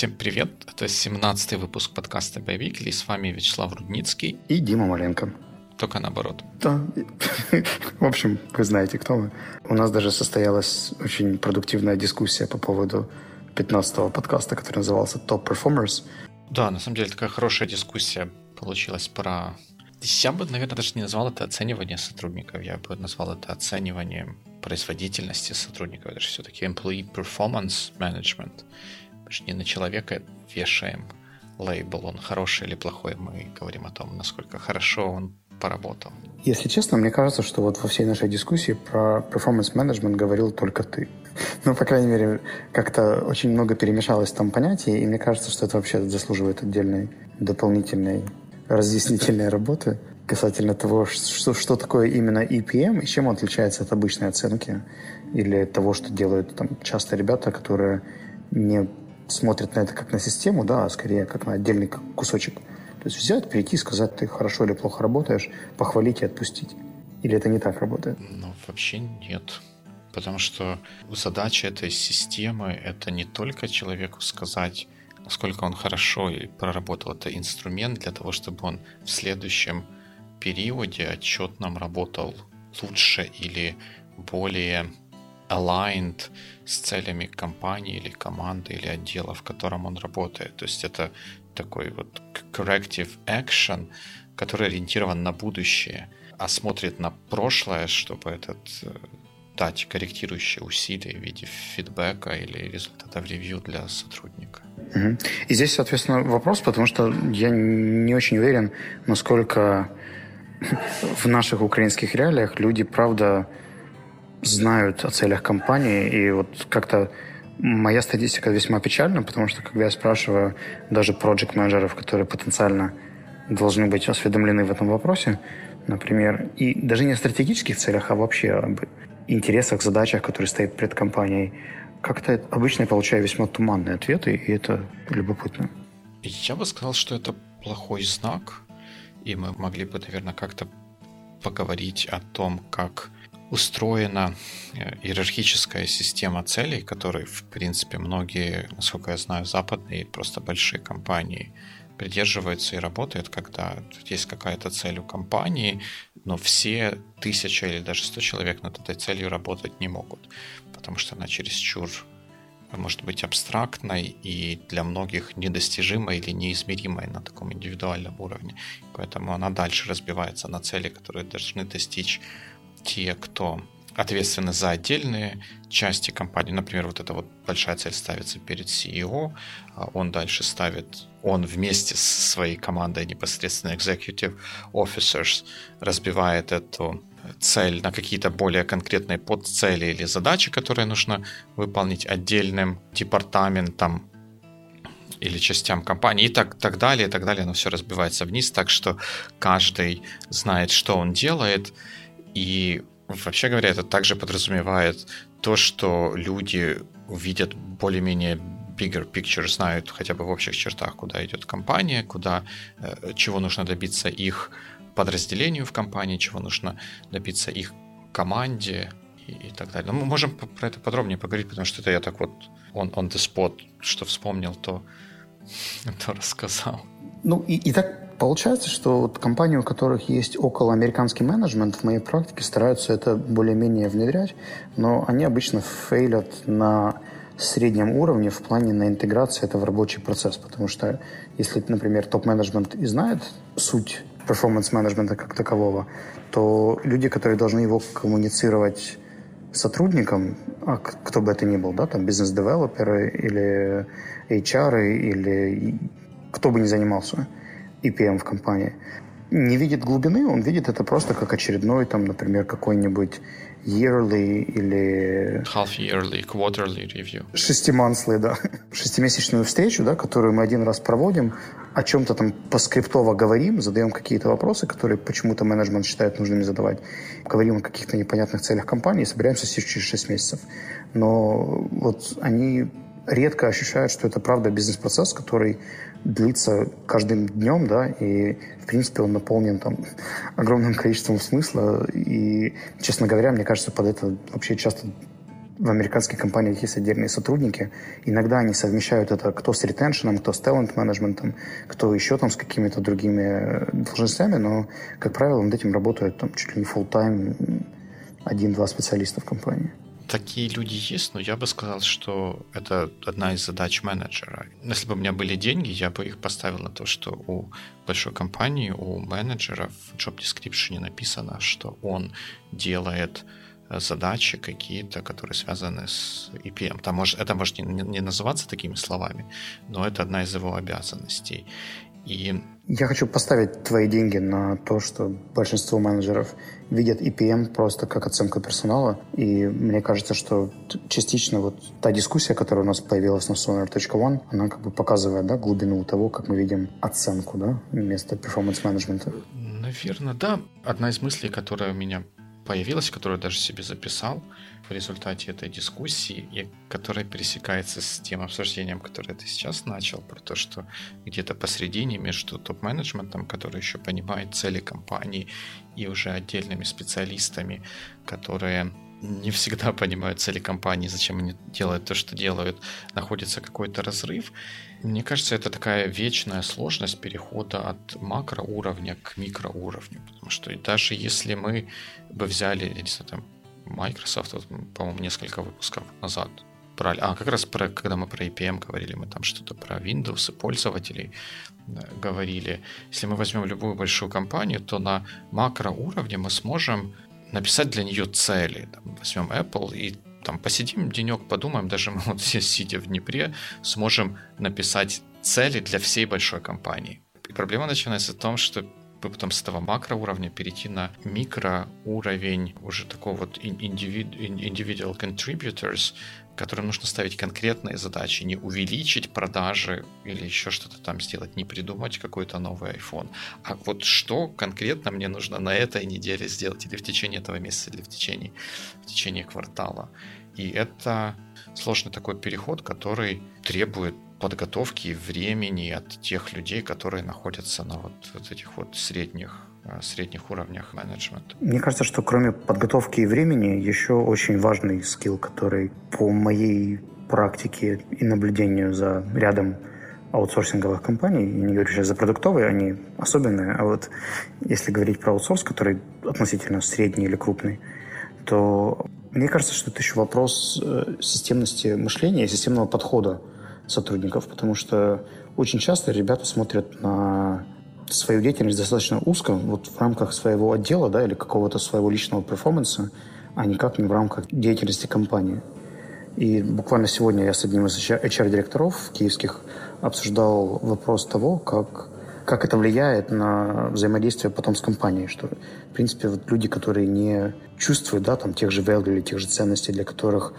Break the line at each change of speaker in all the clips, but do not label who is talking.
Всем привет! Это 17-й выпуск подкаста «Боевик», и с вами Вячеслав Рудницкий
и Дима Маленко.
Только наоборот.
Да. В общем, вы знаете, кто мы. У нас даже состоялась очень продуктивная дискуссия по поводу 15-го подкаста, который назывался «Top Performers».
Да, на самом деле такая хорошая дискуссия получилась про... Я бы, наверное, даже не назвал это оценивание сотрудников, я бы назвал это оцениванием производительности сотрудников. Это же все-таки employee performance management. Мы же не на человека вешаем лейбл, он хороший или плохой. Мы говорим о том, насколько хорошо он поработал.
Если честно, мне кажется, что вот во всей нашей дискуссии про performance management говорил только ты. Ну, по крайней мере, как-то очень много перемешалось там понятий, и мне кажется, что это вообще заслуживает отдельной дополнительной разъяснительной работы касательно того, что такое именно EPM и чем он отличается от обычной оценки или того, что делают там часто ребята, которые не смотрят на это как на систему, да, а скорее как на отдельный кусочек. То есть взять, прийти, сказать, ты хорошо или плохо работаешь, похвалить и отпустить. Или это не так работает?
Ну, вообще нет. Потому что задача этой системы — это не только человеку сказать, насколько он хорошо и проработал. Это инструмент для того, чтобы он в следующем периоде отчетном работал лучше или более aligned с целями компании или команды или отдела, в котором он работает. То есть это такой вот corrective action, который ориентирован на будущее, а смотрит на прошлое, чтобы дать корректирующие усилия в виде фидбэка или результатов ревью для сотрудника.
Угу. И здесь, соответственно, вопрос, потому что я не очень уверен, насколько в наших украинских реалиях люди, правда, знают о целях компании, и вот как-то моя статистика весьма печальна, потому что, когда я спрашиваю даже проект-менеджеров, которые потенциально должны быть осведомлены в этом вопросе, например, и даже не о стратегических целях, а вообще об интересах, задачах, которые стоят перед компанией, как-то обычно я получаю весьма туманные ответы, и это любопытно.
Я бы сказал, что это плохой знак, и мы могли бы, наверное, как-то поговорить о том, как устроена иерархическая система целей, которой, в принципе, многие, насколько я знаю, западные, просто большие компании придерживаются и работают, когда есть какая-то цель у компании, но все 1000 или даже 100 человек над этой целью работать не могут, потому что она чересчур может быть абстрактной и для многих недостижимой или неизмеримой на таком индивидуальном уровне. Поэтому она дальше разбивается на цели, которые должны достичь те, кто ответственны за отдельные части компании. Например, вот эта вот большая цель ставится перед CEO, он дальше он вместе с своей командой непосредственно executive officers разбивает эту цель на какие-то более конкретные подцели или задачи, которые нужно выполнить отдельным департаментом или частям компании, и так далее, и так далее. Оно все разбивается вниз, так что каждый знает, что он делает. И, вообще говоря, это также подразумевает то, что люди увидят более-менее bigger picture, знают хотя бы в общих чертах, куда идет компания, чего нужно добиться их подразделению в компании, чего нужно добиться их команде и так далее. Но мы можем про это подробнее поговорить, потому что это я так вот on the spot, что вспомнил, то рассказал.
Ну, и так получается, что вот компании, у которых есть околоамериканский менеджмент, в моей практике стараются это более-менее внедрять, но они обычно фейлят на среднем уровне в плане на интеграции это в рабочий процесс, потому что если, например, топ-менеджмент и знает суть перформанс-менеджмента как такового, то люди, которые должны его коммуницировать сотрудникам, кто бы это ни был, да, там бизнес-девелоперы или HR, или кто бы ни занимался EPM в компании, не видит глубины, он видит это просто как очередной, там, например, какой-нибудь yearly или...
Half-yearly, quarterly review.
Шестиманслый, да. Шестимесячную встречу, да, которую мы один раз проводим, о чем-то там поскриптово говорим, задаем какие-то вопросы, которые почему-то менеджмент считает нужными задавать. Говорим о каких-то непонятных целях компании, собираемся через 6 месяцев. Но вот они редко ощущают, что это правда бизнес-процесс, который длится каждым днем, да, и, в принципе, он наполнен там огромным количеством смысла, и, честно говоря, мне кажется, под это вообще часто в американских компаниях есть отдельные сотрудники. Иногда они совмещают это кто с ретеншеном, кто с талент-менеджментом, кто еще там с какими-то другими должностями, но, как правило, над этим работают там чуть ли не full-time 1-2 специалиста в компании.
Такие люди есть, но я бы сказал, что это одна из задач менеджера. Если бы у меня были деньги, я бы их поставил на то, что у большой компании, у менеджера в job description написано, что он делает задачи какие-то, которые связаны с EPM. Это может не называться такими словами, но это одна из его обязанностей. И
я хочу поставить твои деньги на то, что большинство менеджеров видят EPM просто как оценку персонала. И мне кажется, что частично вот та дискуссия, которая у нас появилась на Sonar.one, она как бы показывает, да, глубину того, как мы видим оценку, да, вместо перформанс-менеджмента.
Наверное, да. Одна из мыслей, которая у меня появилась, которую я даже себе записал в результате этой дискуссии, и которая пересекается с тем обсуждением, которое ты сейчас начал, про то, что где-то посередине между топ-менеджментом, который еще понимает цели компании, и уже отдельными специалистами, которые не всегда понимают цели компании, зачем они делают то, что делают, находится какой-то разрыв. Мне кажется, это такая вечная сложность перехода от макроуровня к микроуровню. Потому что даже если мы бы взяли, я не знаю, там, Microsoft, вот, по-моему, несколько выпусков назад брали. Как раз когда мы про EPM говорили, мы там что-то про Windows и пользователей говорили. Если мы возьмем любую большую компанию, то на макроуровне мы сможем написать для нее цели. Там, возьмем Apple и там посидим денек, подумаем, даже мы вот здесь, сидя в Днепре, сможем написать цели для всей большой компании. И проблема начинается в том, что потом с этого макроуровня перейти на микроуровень уже такого вот individual contributors, которым нужно ставить конкретные задачи, не увеличить продажи или еще что-то там сделать, не придумать какой-то новый iPhone. А вот что конкретно мне нужно на этой неделе сделать, или в течение этого месяца, или в течение квартала. И это сложный такой переход, который требует подготовки и времени от тех людей, которые находятся на вот этих вот средних уровнях менеджмента.
Мне кажется, что кроме подготовки и времени еще очень важный скилл, который по моей практике и наблюдению за рядом аутсорсинговых компаний, я не говорю сейчас за продуктовые, они особенные, а вот если говорить про аутсорс, который относительно средний или крупный, то мне кажется, что это еще вопрос системности мышления и системного подхода сотрудников, потому что очень часто ребята смотрят на свою деятельность достаточно узко, вот в рамках своего отдела, да, или какого-то своего личного перформанса, а никак не в рамках деятельности компании. И буквально сегодня я с одним из HR-директоров киевских обсуждал вопрос того, как это влияет на взаимодействие потом с компанией, что, в принципе, вот люди, которые не чувствуют, да, там, тех же value или тех же ценностей, для которых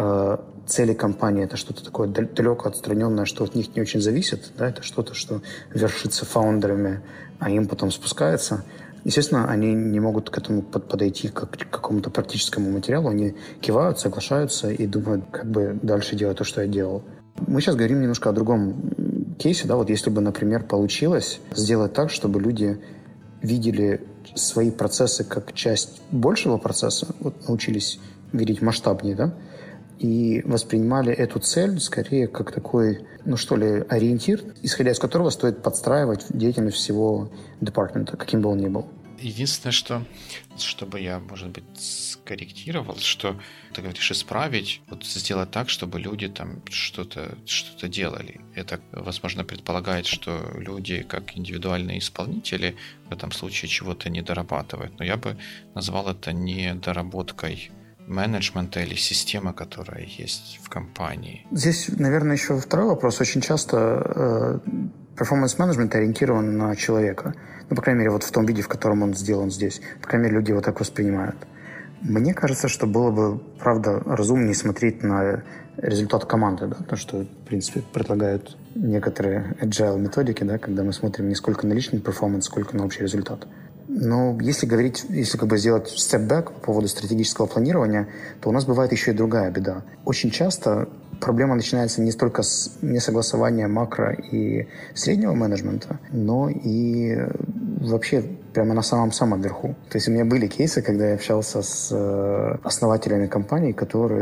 цели компании — это что-то такое далеко отстраненное, что от них не очень зависит, да, это что-то, что вершится фаундерами, а им потом спускается. Естественно, они не могут к этому подойти как к какому-то практическому материалу, они кивают, соглашаются и думают, как бы дальше делать то, что я делал. Мы сейчас говорим немножко о другом кейсе, да, вот если бы, например, получилось сделать так, чтобы люди видели свои процессы как часть большего процесса, вот научились видеть масштабнее, да, и воспринимали эту цель скорее как такой, ну что ли, ориентир, исходя из которого стоит подстраивать деятельность всего департамента, каким бы он ни был.
Единственное, чтобы я, может быть, скорректировал, что ты говоришь исправить, вот сделать так, чтобы люди там что-то делали. Это, возможно, предполагает, что люди, как индивидуальные исполнители, в этом случае чего-то не дорабатывают. Но я бы назвал это не доработкой менеджмента или системы, которая есть в компании.
Здесь, наверное, еще второй вопрос. Очень часто перформанс-менеджмент ориентирован на человека. Ну, по крайней мере, вот в том виде, в котором он сделан здесь. По крайней мере, люди его так воспринимают. Мне кажется, что было бы, правда, разумнее смотреть на результат команды, да, то, что, в принципе, предлагают некоторые agile методики, да, когда мы смотрим не сколько на личный перформанс, сколько на общий результат. Но если как бы сделать step back по поводу стратегического планирования, то у нас бывает еще и другая беда. Очень часто проблема начинается не столько с несогласования макро и среднего менеджмента, но и вообще прямо на самом-самом верху. То есть у меня были кейсы, когда я общался с основателями компаний, которые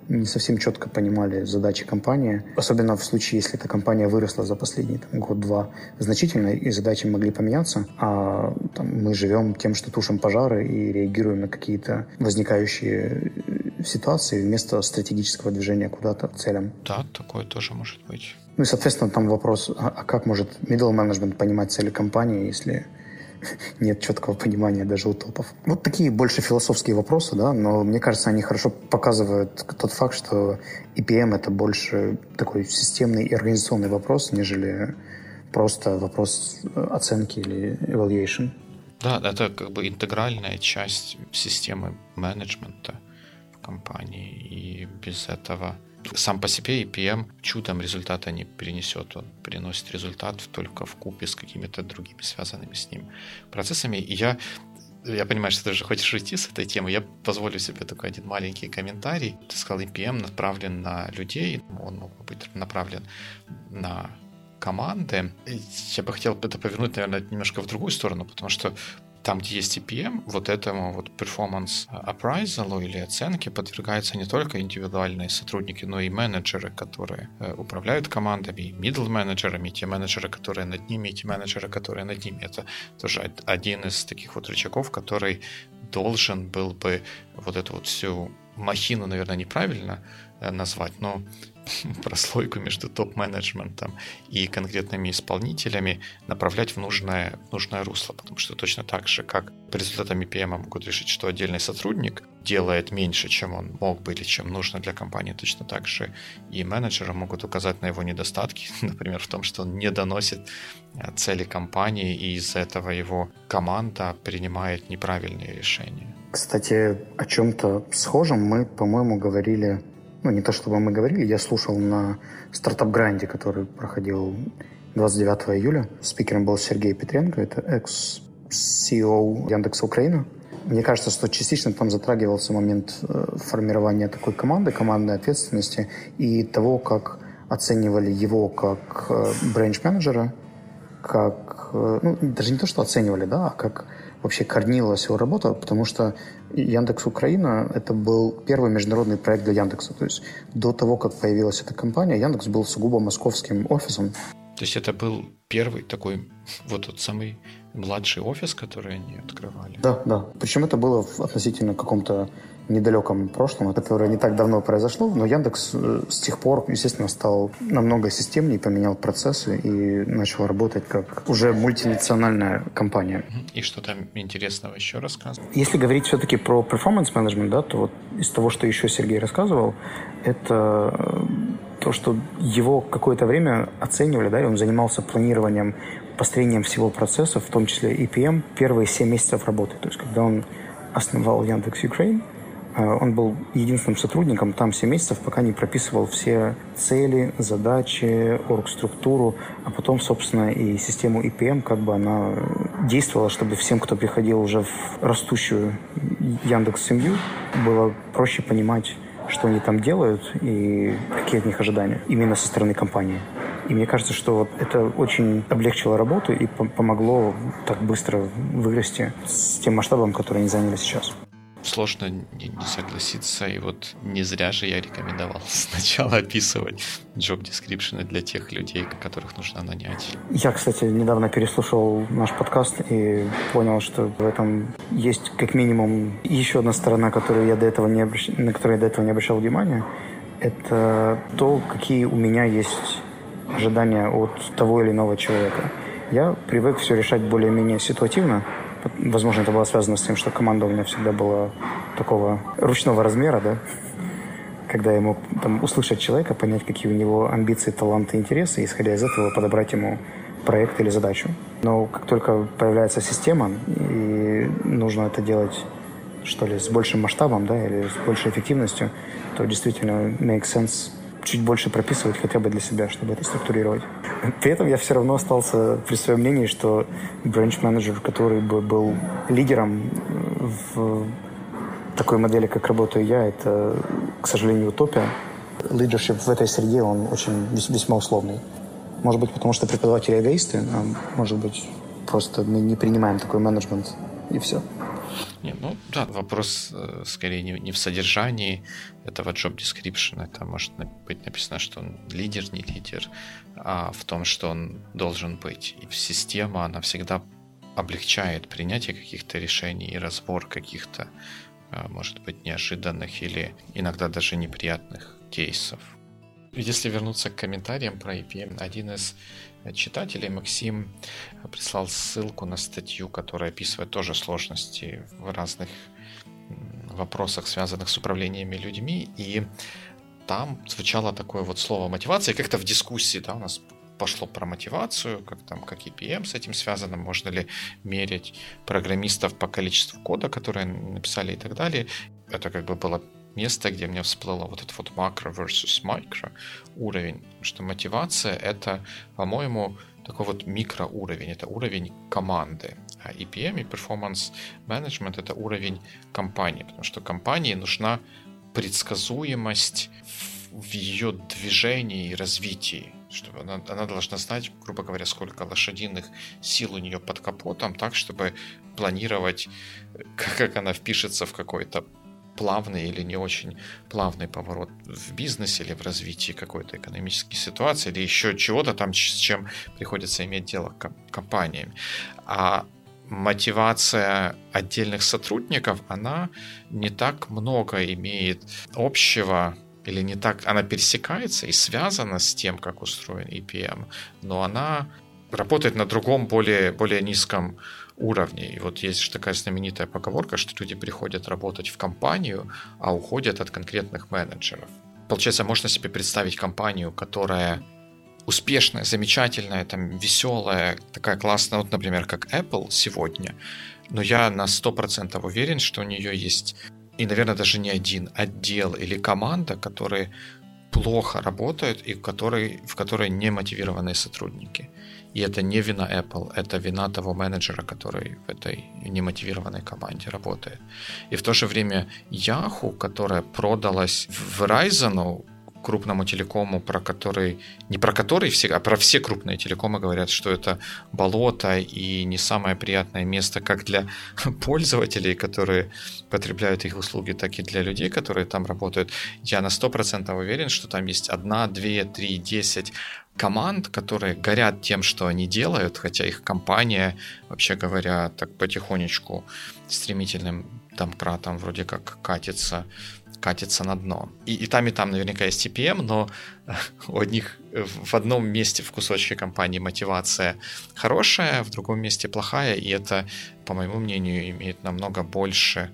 не совсем четко понимали задачи компании. Особенно в случае, если эта компания выросла за последний год-два значительно, и задачи могли поменяться, а мы живем тем, что тушим пожары и реагируем на какие-то возникающие ситуации вместо стратегического движения куда-то к целям.
Да, такое тоже может быть.
Ну и, соответственно, там вопрос, а как может middle management понимать цели компании, если нет четкого понимания даже у топов. Вот такие больше философские вопросы, да, но мне кажется, они хорошо показывают тот факт, что EPM — это больше такой системный и организационный вопрос, нежели просто вопрос оценки или evaluation.
Да, это как бы интегральная часть системы менеджмента в компании, и без этого сам по себе EPM чудом результата не принесет. Он приносит результат только вкупе с какими-то другими связанными с ним процессами. И я понимаю, что ты уже хочешь уйти с этой темы. Я позволю себе такой один маленький комментарий. Ты сказал, EPM направлен на людей. Он мог быть направлен на команды. Я бы хотел это повернуть, наверное, немножко в другую сторону, потому что там, где есть EPM, вот этому вот performance appraisal или оценке подвергаются не только индивидуальные сотрудники, но и менеджеры, которые управляют командами, и middle менеджерами, и те менеджеры, которые над ними, и те менеджеры, которые над ними. Это тоже один из таких вот рычагов, который должен был бы вот эту вот всю махину, наверное, неправильно назвать, но прослойку между топ-менеджментом и конкретными исполнителями направлять в нужное русло, потому что точно так же, как по результатам EPM могут решить, что отдельный сотрудник делает меньше, чем он мог бы или чем нужно для компании, точно так же и менеджеры могут указать на его недостатки, например, в том, что он не доносит цели компании, и из-за этого его команда принимает неправильные решения.
Кстати, о чем-то схожем мы, по-моему, говорили. Не то чтобы мы говорили, я слушал на стартап-гранде, который проходил 29 июля. Спикером был Сергей Петренко, это экс-CEO Яндекса Украина. Мне кажется, что частично там затрагивался момент формирования такой командной ответственности и того, как оценивали его как бренч-менеджера, как, даже не то, что оценивали, да, а как вообще координировалась его работа, потому что Яндекс Украина — это был первый международный проект для Яндекса. То есть до того, как появилась эта компания, Яндекс был сугубо московским офисом.
То есть это был первый такой вот тот самый младший офис, который они открывали?
Да. Причем это было в относительно каком-то недалеком прошлом, которое не так давно произошло, но Яндекс с тех пор, естественно, стал намного системнее, поменял процессы и начал работать как уже мультинациональная компания.
И что там интересного еще рассказывал?
Если говорить все-таки про performance management, да, то вот из того, что еще Сергей рассказывал, это то, что его какое-то время оценивали, да, и он занимался планированием, построением всего процесса, в том числе EPM, первые 7 месяцев работы. То есть, когда он основал Яндекс.Украин, он был единственным сотрудником там 7 месяцев, пока не прописывал все цели, задачи, оргструктуру, а потом, собственно, и систему EPM, как бы она действовала, чтобы всем, кто приходил уже в растущую Яндекс-семью, было проще понимать, что они там делают и какие от них ожидания именно со стороны компании. И мне кажется, что вот это очень облегчило работу и помогло так быстро вырасти с тем масштабом, который они заняли сейчас.
Сложно не согласиться, и вот не зря же я рекомендовал сначала описывать job description для тех людей, которых нужно нанять.
Я, кстати, недавно переслушал наш подкаст и понял, что в этом есть как минимум еще одна сторона, на которую я до этого не обращал внимания. Это то, какие у меня есть ожидания от того или иного человека. Я привык все решать более-менее ситуативно. Возможно, это было связано с тем, что команда у меня всегда была такого ручного размера, да, когда я мог услышать человека, понять, какие у него амбиции, таланты, интересы, и, исходя из этого, подобрать ему проект или задачу. Но как только появляется система, и нужно это делать, что ли, с большим масштабом, да, или с большей эффективностью, то действительно makes sense чуть больше прописывать хотя бы для себя, чтобы это структурировать. При этом я все равно остался при своем мнении, что бренч-менеджер, который бы был лидером в такой модели, как работаю я, это, к сожалению, утопия. Лидершип в этой среде, он очень весьма условный. Может быть, потому что преподаватели эгоисты, а может быть, просто мы не принимаем такой менеджмент, и все.
Ну да, вопрос скорее не в содержании этого job description. Это может быть написано, что он лидер, не лидер, а в том, что он должен быть. И система, она всегда облегчает принятие каких-то решений и разбор каких-то, может быть, неожиданных или иногда даже неприятных кейсов. Если вернуться к комментариям про EPM, один из читателей, Максим, прислал ссылку на статью, которая описывает тоже сложности в разных вопросах, связанных с управлениями людьми, и там звучало такое вот слово мотивация, и как-то в дискуссии, да, у нас пошло про мотивацию, как EPM с этим связано, можно ли мерить программистов по количеству кода, которые написали и так далее. Это как бы было место, где мне всплыло вот этот вот макро versus micro уровень, что мотивация — это, по-моему, такой вот микроуровень, это уровень команды, а EPM и Performance Management — это уровень компании, потому что компании нужна предсказуемость в ее движении и развитии, чтобы она должна знать, грубо говоря, сколько лошадиных сил у нее под капотом, так, чтобы планировать, как она впишется в какой-то плавный или не очень плавный поворот в бизнесе или в развитии какой-то экономической ситуации или еще чего-то там, с чем приходится иметь дело компаниями. А мотивация отдельных сотрудников, она не так много имеет общего или не так, она пересекается и связана с тем, как устроен EPM, но она работает на другом, более низком уровне. И вот есть же такая знаменитая поговорка, что люди приходят работать в компанию, а уходят от конкретных менеджеров. Получается, можно себе представить компанию, которая успешная, замечательная, там, веселая, такая классная, вот, например, как Apple сегодня, но я на 100% уверен, что у нее есть, и, наверное, даже не один отдел или команда, которые плохо работают и в которой не мотивированные сотрудники. И это не вина Apple, это вина того менеджера, который в этой немотивированной команде работает. И в то же время Yahoo, которая продалась Verizon, крупному телекому, а про все крупные телекомы говорят, что это болото и не самое приятное место как для пользователей, которые потребляют их услуги, так и для людей, которые там работают. Я на 100% уверен, что там есть 1, 2, 3, 10 команд, которые горят тем, что они делают, хотя их компания, вообще говоря, так потихонечку стремительным домкратом вроде как катится на дно. И там наверняка есть EPM, но у одних в одном месте в кусочке компании мотивация хорошая, в другом месте плохая, и это, по моему мнению, имеет намного больше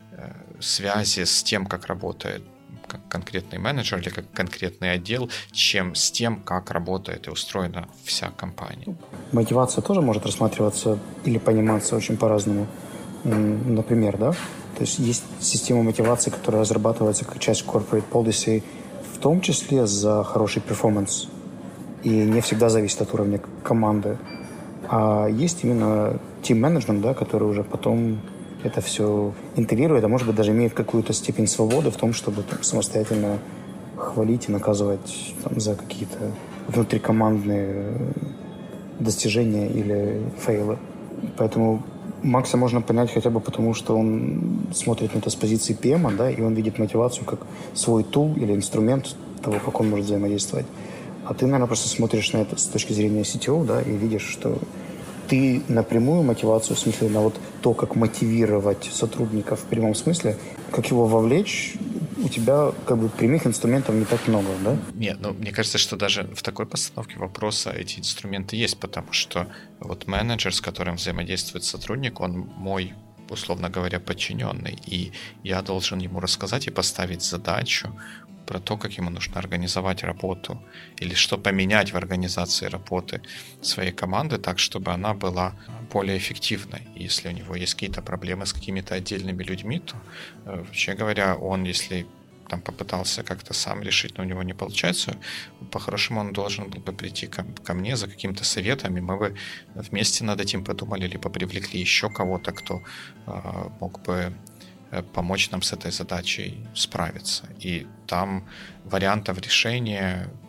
связи с тем, как работает конкретный менеджер или как конкретный отдел, чем с тем, как работает и устроена вся компания.
Мотивация тоже может рассматриваться или пониматься очень по-разному. Например, да? То есть система мотивации, которая разрабатывается как часть corporate policy, в том числе за хороший перформанс. И не всегда зависит от уровня команды. А есть именно team management, да, который уже потом это все интегрирует, а может быть даже имеет какую-то степень свободы в том, чтобы там самостоятельно хвалить и наказывать там, за какие-то внутрикомандные достижения или фейлы. Поэтому Макса можно понять хотя бы потому, что он смотрит на это с позиции PM, да, и он видит мотивацию как свой тул или инструмент того, как он может взаимодействовать. А ты, наверное, просто смотришь на это с точки зрения CTO, да, и видишь, что ты напрямую мотивацию, в смысле на вот то, как мотивировать сотрудников в прямом смысле, как его вовлечь, у тебя как бы прямых инструментов не так много, да?
Нет, мне кажется, что даже в такой постановке вопроса эти инструменты есть, потому что вот менеджер, с которым взаимодействует сотрудник, он мой, условно говоря, подчиненный, и я должен ему рассказать и поставить задачу про то, как ему нужно организовать работу или что поменять в организации работы своей команды так, чтобы она была более эффективной. Если у него есть какие-то проблемы с какими-то отдельными людьми, то, вообще говоря, он, если там попытался как-то сам решить, но у него не получается, по-хорошему он должен был бы прийти ко мне за какими-то советами, мы бы вместе над этим подумали, либо привлекли еще кого-то, кто мог бы помочь нам с этой задачей справиться. И там вариантов решения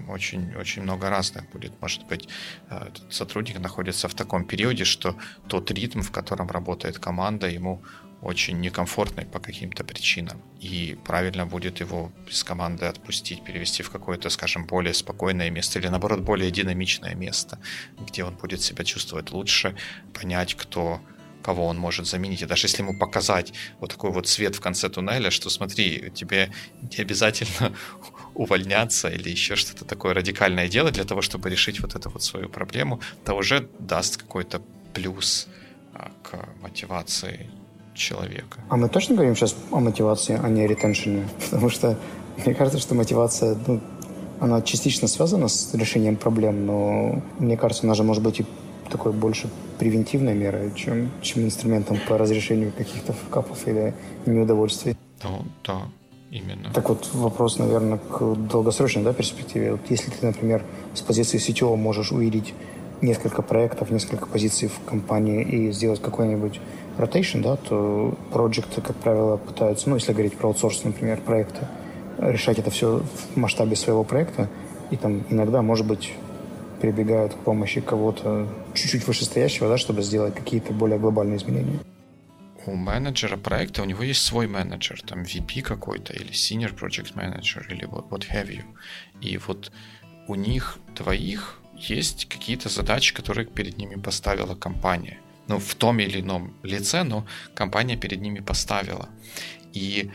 очень много разных будет. Может быть, этот сотрудник находится в таком периоде, что тот ритм, в котором работает команда, ему очень некомфортный по каким-то причинам. И правильно будет его из команды отпустить, перевести в какое-то, скажем, более спокойное место или, наоборот, более динамичное место, где он будет себя чувствовать лучше, понять, кого он может заменить. И даже если ему показать вот такой вот свет в конце туннеля, что смотри, тебе не обязательно увольняться или еще что-то такое радикальное делать для того, чтобы решить вот эту вот свою проблему, то уже даст какой-то плюс к мотивации человека.
А мы точно говорим сейчас о мотивации, а не о ретеншене? Потому что мне кажется, что мотивация, она частично связана с решением проблем, но мне кажется, она же может быть и такой больше превентивной мерой, чем инструментом по разрешению каких-то факапов или неудовольствий.
Да, именно.
Так вот, вопрос, наверное, к долгосрочной перспективе. Вот если ты, например, с позиции CTO можешь увидеть несколько проектов, несколько позиций в компании и сделать какой-нибудь rotation, то проекты, как правило, пытаются, если говорить про аутсорс, например, проекты, решать это все в масштабе своего проекта, и там иногда, может быть, прибегают к помощи кого-то чуть-чуть вышестоящего, чтобы сделать какие-то более глобальные изменения.
У менеджера проекта, у него есть свой менеджер, там VP какой-то, или Senior Project Manager, или what have you. И вот у них двоих есть какие-то задачи, которые перед ними поставила компания. В том или ином лице, но компания перед ними поставила. И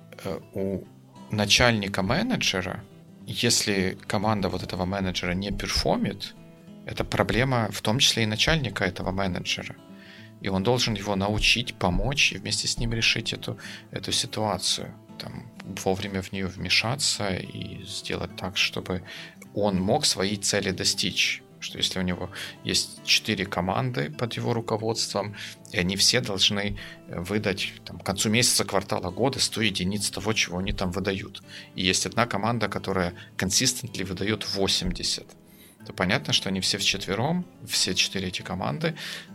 у начальника менеджера, если команда вот этого менеджера не перформит, это проблема в том числе и начальника этого менеджера. И он должен его научить, помочь и вместе с ним решить эту ситуацию. Вовремя в нее вмешаться и сделать так, чтобы он мог свои цели достичь. Что если у него есть 4 команды под его руководством, и они все должны выдать к концу месяца, квартала, года 100 единиц того, чего они там выдают. И есть одна команда, которая consistently выдает 80. То понятно, что они все вчетвером, все 4 эти команды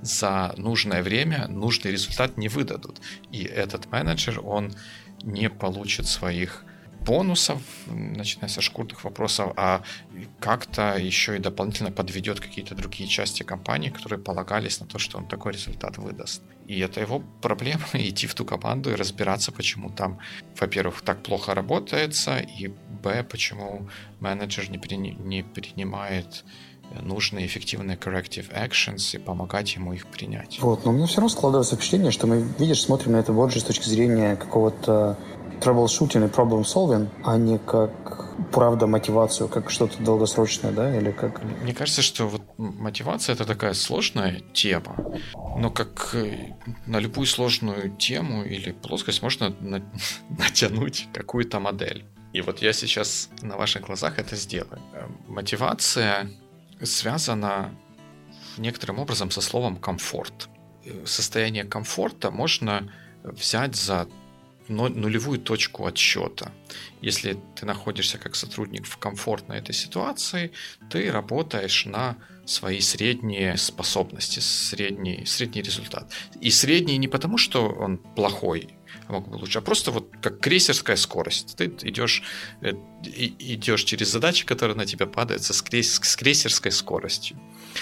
за нужное время нужный результат не выдадут. И этот менеджер, он не получит своих бонусов, начиная со шкурных вопросов, а как-то еще и дополнительно подведет какие-то другие части компании, которые полагались на то, что он такой результат выдаст. И это его проблема — идти в ту команду и разбираться, почему там, во-первых, так плохо работается, и, почему менеджер не принимает нужные эффективные corrective actions и помогать ему их принять.
Но у меня все равно складывается впечатление, что мы, смотрим на это больше с точки зрения какого-то troubleshooting и problem-solving, а не как, правда, мотивацию, как что-то долгосрочное, или как...
Мне кажется, что мотивация — это такая сложная тема, но как на любую сложную тему или плоскость можно натянуть какую-то модель. И я сейчас на ваших глазах это сделаю. Мотивация связана некоторым образом со словом «комфорт». Состояние комфорта можно взять за нулевую точку отсчета. Если ты находишься как сотрудник в комфортной этой ситуации, ты работаешь на свои средние способности, средний результат. И средний не потому, что он плохой, а мог бы лучше, а просто как крейсерская скорость. Ты идешь через задачи, которые на тебя падают с крейсерской скоростью.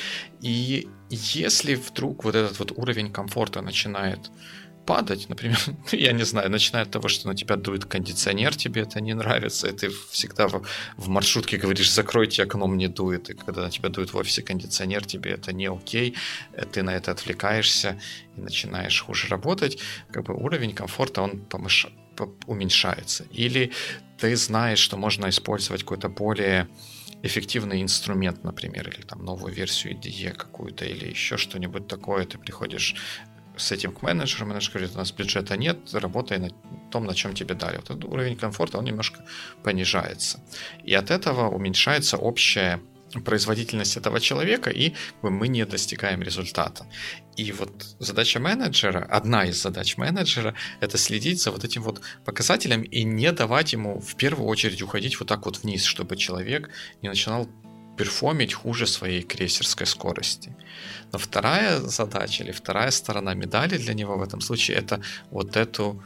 И если вдруг этот уровень комфорта начинает падать, например, я не знаю, начиная от того, что на тебя дует кондиционер, тебе это не нравится, и ты всегда в маршрутке говоришь: закройте окно, мне дует, и когда на тебя дует в офисе кондиционер, тебе это не окей, ты на это отвлекаешься и начинаешь хуже работать, уровень комфорта, он уменьшается. Или ты знаешь, что можно использовать какой-то более эффективный инструмент, например, или новую версию IDE какую-то, или еще что-нибудь такое, ты приходишь с этим к менеджеру, менеджер говорит: у нас бюджета нет, работай на том, на чем тебе дали. Этот уровень комфорта, он немножко понижается. И от этого уменьшается общая производительность этого человека, и мы не достигаем результата. И задача менеджера, одна из задач менеджера, это следить за этим показателем и не давать ему в первую очередь уходить вниз, чтобы человек не начинал перформить хуже своей крейсерской скорости. Но вторая задача или вторая сторона медали для него в этом случае — это эту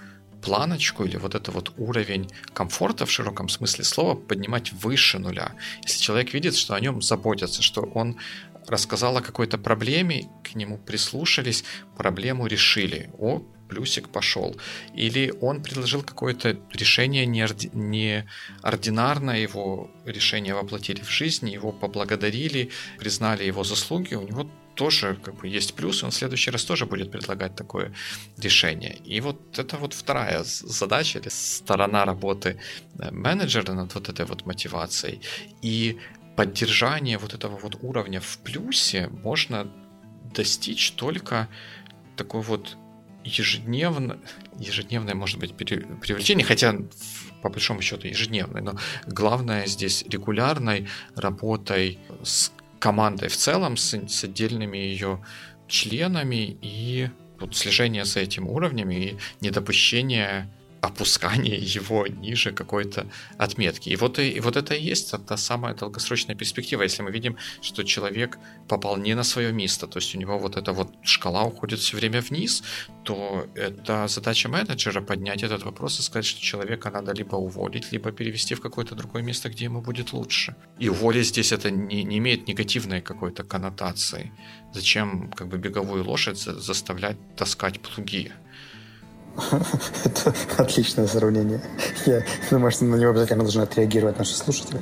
планочку или вот это вот уровень комфорта в широком смысле слова поднимать выше нуля. Если человек видит, что о нем заботятся, что он рассказал о какой-то проблеме, к нему прислушались, проблему решили. Плюсик пошел. Или он предложил какое-то решение неординарное, его решение воплотили в жизнь, его поблагодарили, признали его заслуги, у него тоже есть плюс, и он в следующий раз тоже будет предлагать такое решение. И вот это вот вторая задача или сторона работы менеджера над вот этой вот мотивацией. И поддержание вот этого вот уровня в плюсе можно достичь только такой вот ежедневное, может быть, привлечение, хотя по большому счету ежедневное, но главное здесь регулярной работой с командой в целом, с отдельными ее членами и вот слежение за этим уровнем и недопущение опускание его ниже какой-то отметки. И вот это и есть та самая долгосрочная перспектива. Если мы видим, что человек попал не на свое место, то есть у него вот эта вот шкала уходит все время вниз, то это задача менеджера поднять этот вопрос и сказать, что человека надо либо уволить, либо перевести в какое-то другое место, где ему будет лучше. И уволить здесь это не имеет негативной какой-то коннотации. Зачем беговую лошадь заставлять таскать плуги?
Это отличное сравнение. Я думаю, что на него обязательно должны отреагировать наши слушатели.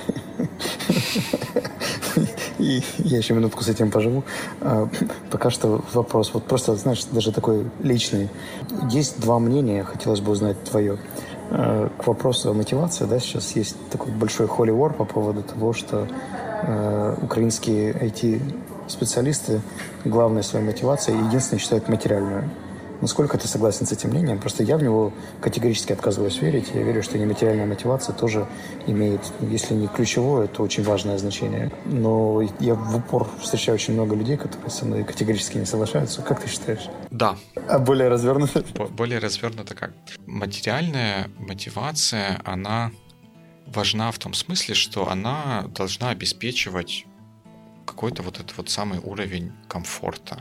И я еще минутку с этим поживу. Пока что вопрос. Вот просто, знаешь, даже такой личный. Есть два мнения, хотелось бы узнать твое. К вопросу о мотивации, да, сейчас есть такой большой holy war по поводу того, что украинские IT-специалисты главной своей мотивацией единственное считают материальную. Насколько ты согласен с этим мнением? Просто я в него категорически отказываюсь верить. Я верю, что нематериальная мотивация тоже имеет, если не ключевое, то очень важное значение. Но я в упор встречаю очень много людей, которые со мной категорически не соглашаются. Как ты считаешь?
Да.
А более развернуто?
Более развернуто как? Материальная мотивация, она важна в том смысле, что она должна обеспечивать какой-то вот этот вот самый уровень комфорта.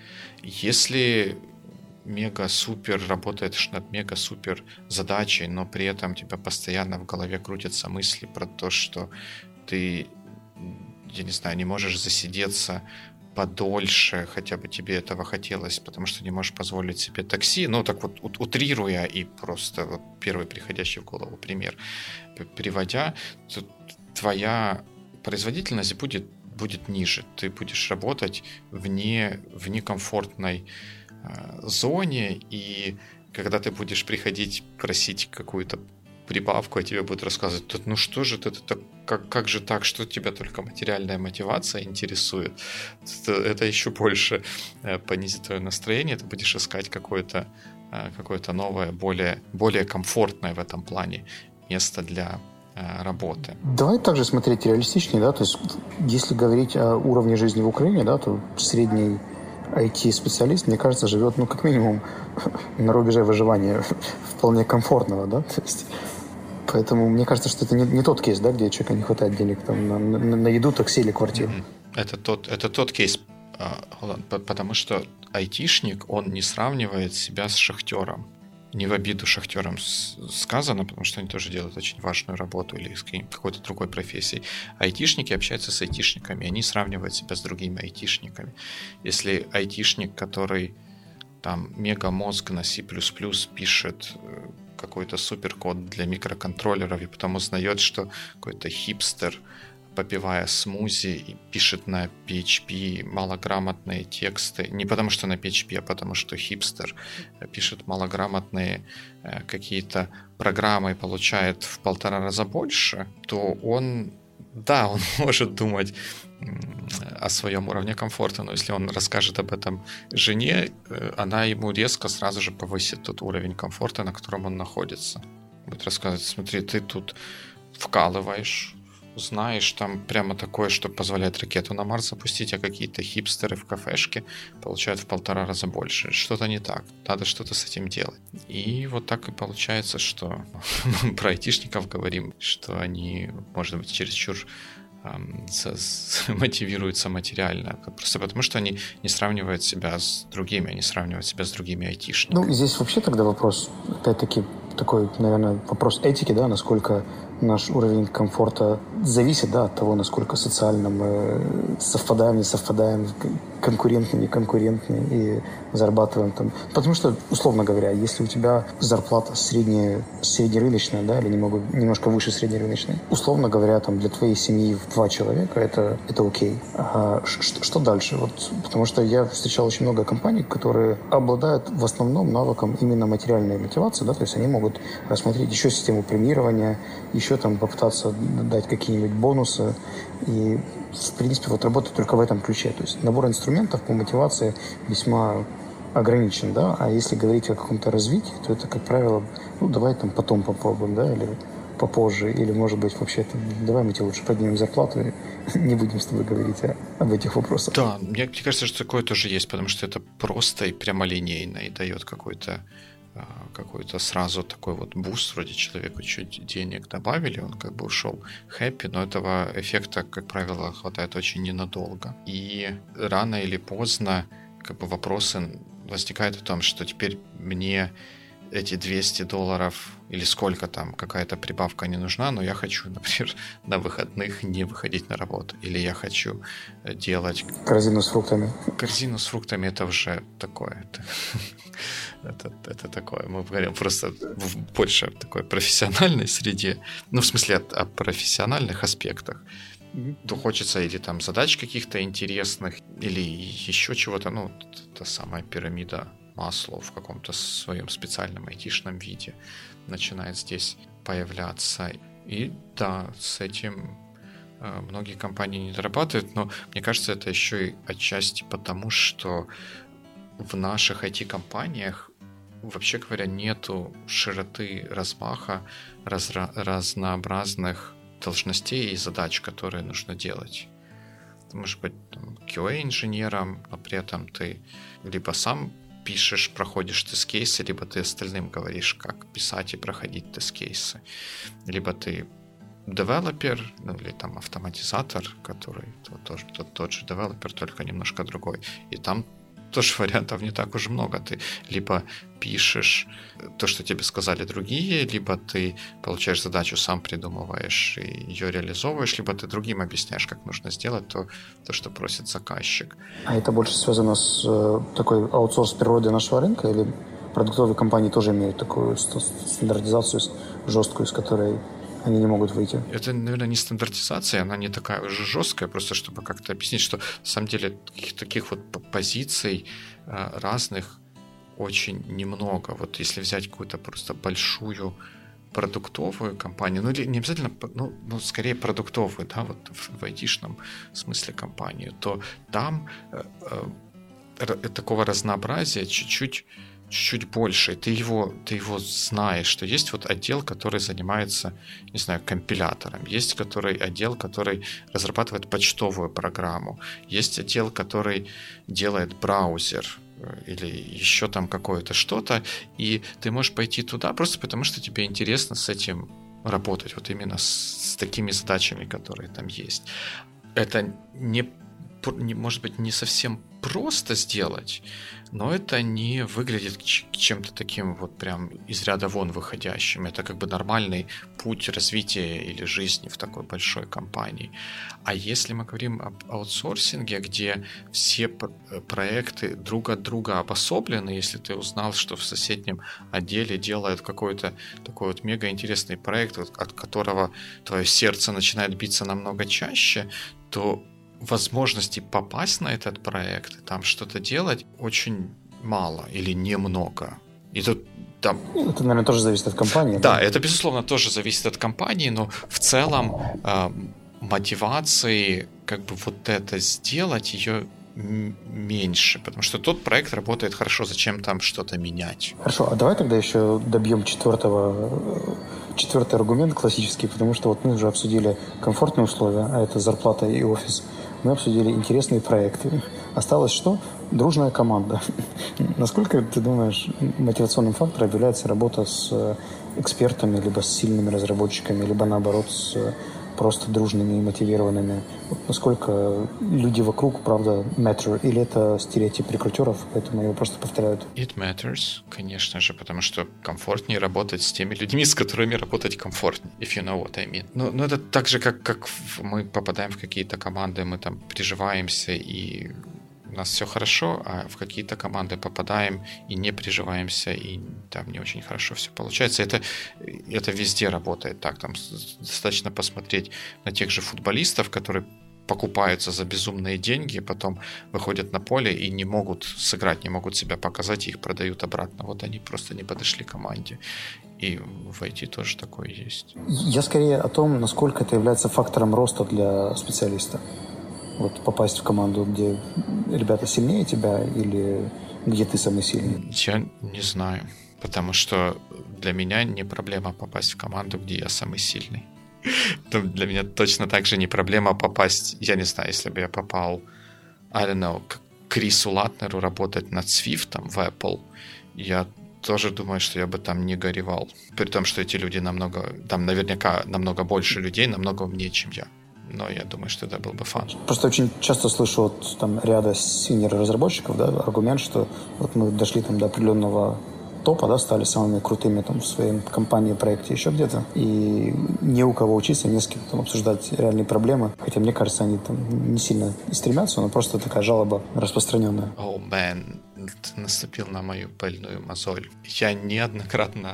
Если мега-супер, работаешь над мега-супер задачей, но при этом у тебя постоянно в голове крутятся мысли про то, что ты, я не знаю, не можешь засидеться подольше, хотя бы тебе этого хотелось, потому что не можешь позволить себе такси, ну так вот утрируя и просто вот первый приходящий в голову пример приводя, то твоя производительность будет ниже, ты будешь работать в некомфортной зоне, и когда ты будешь приходить просить какую-то прибавку, а тебе будут рассказывать, ну что же ты, как же так, что тебя только материальная мотивация интересует, это еще больше понизит твое настроение, ты будешь искать какое-то новое, более комфортное в этом плане место для работы.
Давай также смотреть реалистичнее, да, то есть если говорить о уровне жизни в Украине, да, то средний IT-специалист, мне кажется, живет, как минимум на рубеже выживания вполне комфортного, да, то есть поэтому мне кажется, что это не тот кейс, да, где человеку не хватает денег там, на еду, такси или квартиру.
Это тот кейс, потому что айтишник, он не сравнивает себя с шахтером. Не в обиду шахтерам сказано, потому что они тоже делают очень важную работу или с какой-то другой профессией. Айтишники общаются с айтишниками, они сравнивают себя с другими айтишниками. Если айтишник, который там мегамозг на C++ пишет какой-то суперкод для микроконтроллеров и потом узнает, что какой-то хипстер, попивая смузи, и пишет на PHP малограмотные тексты. Не потому что на PHP, а потому что хипстер пишет малограмотные какие-то программы и получает в 1,5 раза больше, то он может думать о своем уровне комфорта, но если он расскажет об этом жене, она ему резко сразу же повысит тот уровень комфорта, на котором он находится. Будет рассказывать, смотри, ты тут вкалываешь, знаешь, там прямо такое, что позволяет ракету на Марс запустить, а какие-то хипстеры в кафешке получают в 1,5 раза больше. Что-то не так. Надо что-то с этим делать. И вот так и получается, что мы про айтишников говорим, что они, может быть, чересчур мотивируются материально. Просто потому, что они не сравнивают себя с другими, они сравнивают себя с другими айтишниками.
Ну, здесь вообще тогда вопрос, опять-таки, такой, наверное, вопрос этики, да, насколько наш уровень комфорта зависит, да, от того, насколько социально мы совпадаем, не совпадаем, конкурентны, не конкурентны и зарабатываем там. Потому что, условно говоря, если у тебя зарплата среднерыночная, да, или немножко выше среднерыночной, условно говоря, там для твоей семьи в 2 человека это окей. А что дальше? Вот, потому что я встречал очень много компаний, которые обладают в основном навыком именно материальной мотивации, да, то есть они могут рассмотреть еще систему премирования, еще там попытаться дать какие-нибудь бонусы и, в принципе, вот работать только в этом ключе. То есть набор инструментов по мотивации весьма ограничен, да, а если говорить о каком-то развитии, то это, как правило, ну, давай там потом попробуем, да, или попозже, или, может быть, вообще давай мы тебе лучше поднимем зарплату и не будем с тобой говорить об этих вопросах.
Да, мне кажется, что такое тоже есть, потому что это просто и прямолинейно, и дает какой-то сразу такой вот буст, вроде человеку чуть денег добавили, он как бы ушел хэппи, но этого эффекта, как правило, хватает очень ненадолго. И рано или поздно как бы вопросы возникают о том, что теперь мне эти $200 или сколько там, какая-то прибавка не нужна, но я хочу, например, на выходных не выходить на работу. Или я хочу делать...
Корзину с фруктами.
Корзину с фруктами это уже такое. Это такое. Мы говорим просто в больше такой профессиональной среде. Ну, в смысле, о профессиональных аспектах. То хочется или там задач каких-то интересных, или еще чего-то. Ну, та самая пирамида Маслоу в каком-то своем специальном айтишном виде начинает здесь появляться. И да, с этим многие компании не дорабатывают, но мне кажется, это еще и отчасти потому, что в наших IT-компаниях, вообще говоря, нету широты размаха разнообразных должностей и задач, которые нужно делать. Ты можешь быть QA-инженером, но при этом ты либо сам пишешь, проходишь тест-кейсы, либо ты остальным говоришь, как писать и проходить тест-кейсы. Либо ты девелопер, ну, или там автоматизатор, который тот же девелопер, только немножко другой. И там тоже вариантов не так уж много. Ты либо пишешь то, что тебе сказали другие, либо ты получаешь задачу, сам придумываешь и ее реализовываешь, либо ты другим объясняешь, как нужно сделать то, что просит заказчик.
А это больше связано с такой аутсорс природой нашего рынка, или продуктовые компании тоже имеют такую стандартизацию жесткую, с которой они не могут выйти?
Это, наверное, не стандартизация, она не такая уже жесткая, просто чтобы как-то объяснить, что на самом деле таких вот позиций разных очень немного. Вот если взять какую-то просто большую продуктовую компанию, ну или не обязательно, ну скорее продуктовую, да, вот в айтишном смысле компанию, то там такого разнообразия чуть-чуть больше. Ты его знаешь, что есть вот отдел, который занимается, не знаю, компилятором, есть отдел, который разрабатывает почтовую программу, есть отдел, который делает браузер или еще там какое-то что-то, и ты можешь пойти туда просто потому, что тебе интересно с этим работать, вот именно с такими задачами, которые там есть. Это может быть, не совсем просто сделать, но это не выглядит чем-то таким вот прям из ряда вон выходящим. Это как бы нормальный путь развития или жизни в такой большой компании. А если мы говорим об аутсорсинге, где все проекты друг от друга обособлены, если ты узнал, что в соседнем отделе делают какой-то такой вот мега интересный проект, от которого твое сердце начинает биться намного чаще, то возможностей попасть на этот проект и там что-то делать очень мало или немного. И тут там...
Это, наверное, тоже зависит от компании.
Да, это, безусловно, тоже зависит от компании, но в целом мотивации как бы вот это сделать ее меньше, потому что тот проект работает хорошо, зачем там что-то менять?
Хорошо, а давай тогда еще добьем четвертый аргумент классический, потому что вот мы уже обсудили комфортные условия, а это зарплата и офис. Мы обсудили интересные проекты. Осталось что? Дружная команда. Насколько, ты думаешь, мотивационным фактором является работа с экспертами, либо с сильными разработчиками, либо наоборот с просто дружными и мотивированными. Вот насколько люди вокруг, правда, matter, или это стереотип рекрутеров, поэтому его просто повторяют?
It matters, конечно же, потому что комфортнее работать с теми людьми, с которыми работать комфортнее, if you know what I mean. Ну это так же, как мы попадаем в какие-то команды, мы там приживаемся, и у нас все хорошо, а в какие-то команды попадаем и не приживаемся, и там не очень хорошо все получается. Это везде работает так. Там достаточно посмотреть на тех же футболистов, которые покупаются за безумные деньги, потом выходят на поле и не могут сыграть, не могут себя показать, и их продают обратно. Вот они просто не подошли команде. И в IT тоже такое есть.
Я скорее о том, насколько это является фактором роста для специалиста. Вот попасть в команду, где ребята сильнее тебя, или где ты самый сильный?
Я не знаю, потому что для меня не проблема попасть в команду, где я самый сильный. Для меня точно так же не проблема попасть, я не знаю, если бы я попал, I don't know, к Крису Латнеру работать над Swift в Apple, я тоже думаю, что я бы там не горевал. При том, что эти люди там наверняка намного больше людей, намного умнее, чем я. Но я думаю, что это был бы фан.
Просто очень часто слышу от ряда синьор-разработчиков, да, аргумент, что вот мы дошли там до определенного топа, да, стали самыми крутыми там в своей компании, проекте, еще где-то. И не у кого учиться, не с кем там обсуждать реальные проблемы. Хотя, мне кажется, они там не сильно и стремятся, но просто такая жалоба распространенная.
Oh, man, ты наступил на мою больную мозоль. Я неоднократно,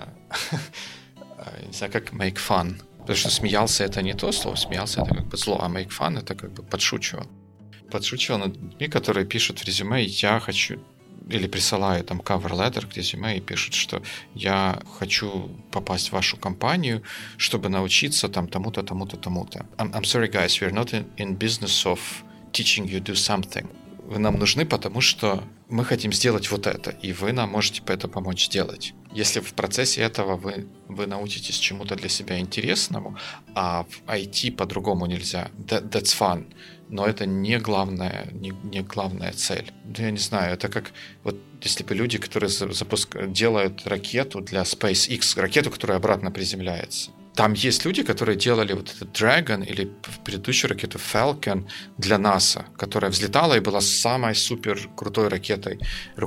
не знаю, как make fun. Потому что смеялся — это не то слово, смеялся — это как бы зло, а make fun — это как бы подшучивал. Подшучивал над людьми, которые пишут в резюме: я хочу, или присылают там cover letter к резюме и пишут, что я хочу попасть в вашу компанию, чтобы научиться там тому-то, тому-то, тому-то. I'm sorry, guys, we're not in business of teaching you do something. Вы нам нужны, потому что мы хотим сделать вот это, и вы нам можете это помочь сделать. Если в процессе этого вы научитесь чему-то для себя интересному, а в IT по-другому нельзя, that's fun, но это не главная цель. Я не знаю, это как вот если бы люди, которые делают ракету для SpaceX, ракету, которая обратно приземляется. Там есть люди, которые делали вот этот Dragon или предыдущую ракету Falcon для НАСА, которая взлетала и была самой супер крутой ракетой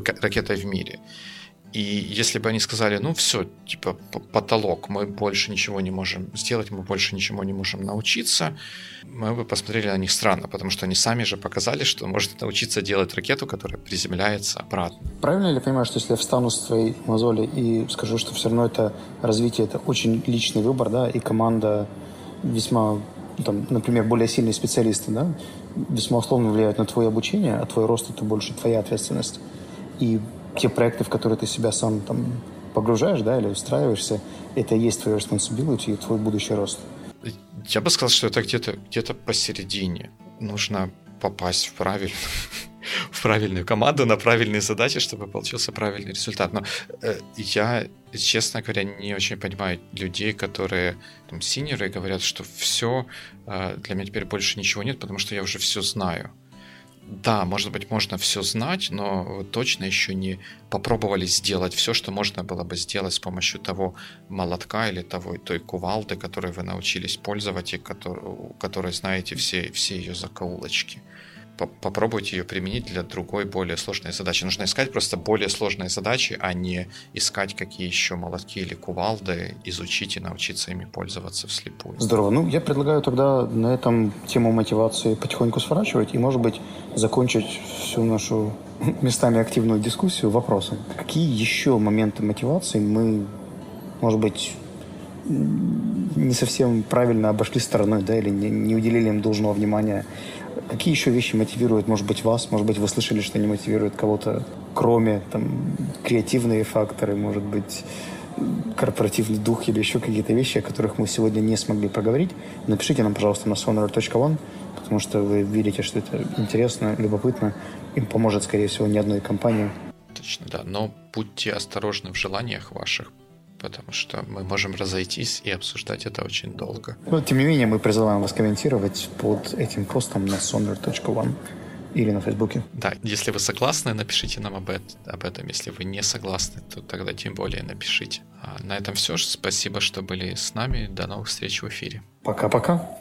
в мире. И если бы они сказали: ну все, типа потолок, мы больше ничего не можем сделать, мы больше ничего не можем научиться, мы бы посмотрели на них странно, потому что они сами же показали, что можно научиться делать ракету, которая приземляется обратно.
Правильно ли я понимаю, что если я встану с твоей мозоли и скажу, что все равно это развитие, это очень личный выбор, да, и команда весьма, там, например, более сильные специалисты, да, весьма условно влияют на твое обучение, а твой рост — это больше твоя ответственность. И те проекты, в которые ты себя сам там погружаешь, да, или устраиваешься, это и есть твой responsibility и твой будущий рост.
Я бы сказал, что это где-то посередине. Нужно попасть в правильную команду, на правильные задачи, чтобы получился правильный результат. Но я, честно говоря, не очень понимаю людей, которые там синьоры, говорят, что все, для меня теперь больше ничего нет, потому что я уже все знаю. Да, может быть, можно все знать, но вы точно еще не попробовали сделать все, что можно было бы сделать с помощью того молотка или той кувалды, которой вы научились пользоваться, и которой знаете все ее закоулочки. Попробуйте ее применить для другой, более сложной задачи. Нужно искать просто более сложные задачи, а не искать, какие еще молотки или кувалды, изучить и научиться ими пользоваться вслепую.
Здорово. Ну, я предлагаю тогда на этом тему мотивации потихоньку сворачивать и, может быть, закончить всю нашу местами активную дискуссию вопросом. Какие еще моменты мотивации мы, может быть, не совсем правильно обошли стороной, да, или не уделили им должного внимания? Какие еще вещи мотивируют, может быть, вас? Может быть, вы слышали, что не мотивирует кого-то, кроме там креативные факторы, может быть, корпоративный дух или еще какие-то вещи, о которых мы сегодня не смогли проговорить? Напишите нам, пожалуйста, на sonar.one, потому что вы видите, что это интересно, любопытно. Им поможет, скорее всего, не одной компании.
Точно, да. Но будьте осторожны в желаниях ваших, потому что мы можем разойтись и обсуждать это очень долго.
Но, тем не менее, мы призываем вас комментировать под этим постом на sonar.one или на Фейсбуке.
Да, если вы согласны, напишите нам об этом. Если вы не согласны, то тогда тем более напишите. А на этом все. Спасибо, что были с нами. До новых встреч в эфире.
Пока-пока.